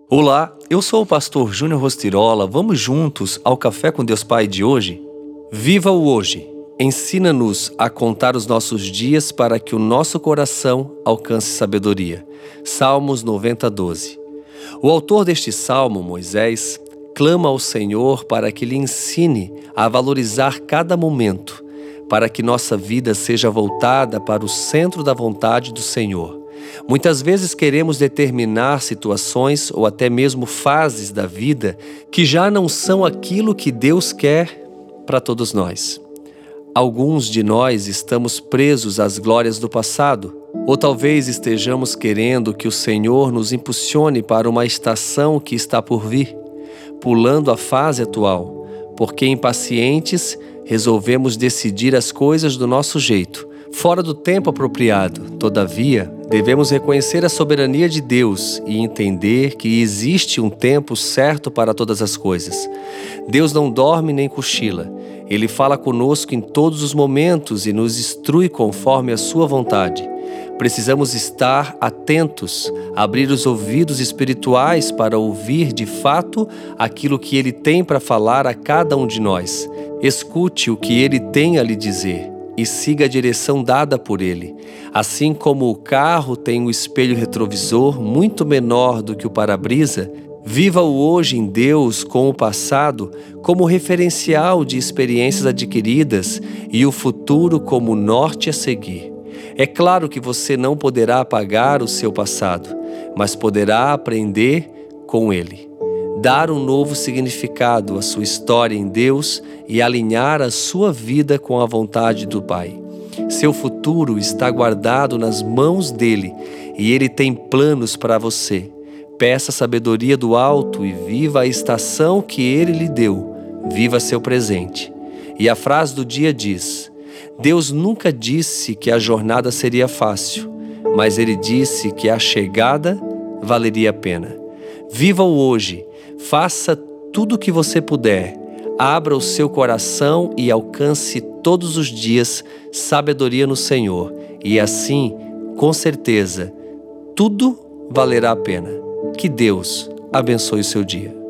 Olá, eu sou o pastor Júnior Rostirola. Vamos juntos ao Café com Deus Pai de hoje? Viva o hoje. Ensina-nos a contar os nossos dias para que o nosso coração alcance sabedoria. Salmos 90:12. O autor deste salmo, Moisés, clama ao Senhor para que lhe ensine a valorizar cada momento, para que nossa vida seja voltada para o centro da vontade do Senhor. Muitas vezes queremos determinar situações ou até mesmo fases da vida que já não são aquilo que Deus quer para todos nós. Alguns de nós estamos presos às glórias do passado, ou talvez estejamos querendo que o Senhor nos impulsione para uma estação que está por vir, pulando a fase atual, porque impacientes resolvemos decidir as coisas do nosso jeito, fora do tempo apropriado. Todavia, devemos reconhecer a soberania de Deus e entender que existe um tempo certo para todas as coisas. Deus não dorme nem cochila. Ele fala conosco em todos os momentos e nos instrui conforme a sua vontade. Precisamos estar atentos, abrir os ouvidos espirituais para ouvir de fato aquilo que Ele tem para falar a cada um de nós. Escute o que Ele tem a lhe dizer e siga a direção dada por Ele. Assim como o carro tem um espelho retrovisor muito menor do que o para-brisa, viva o hoje em Deus com o passado como referencial de experiências adquiridas e o futuro como norte a seguir. É claro que você não poderá apagar o seu passado, mas poderá aprender com ele, dar um novo significado à sua história em Deus e alinhar a sua vida com a vontade do Pai. Seu futuro está guardado nas mãos dele e ele tem planos para você. Peça a sabedoria do alto e viva a estação que ele lhe deu. Viva seu presente. E a frase do dia diz: Deus nunca disse que a jornada seria fácil, mas Ele disse que a chegada valeria a pena. Viva o hoje, faça tudo o que você puder, abra o seu coração e alcance todos os dias sabedoria no Senhor. E assim, com certeza, tudo valerá a pena. Que Deus abençoe o seu dia.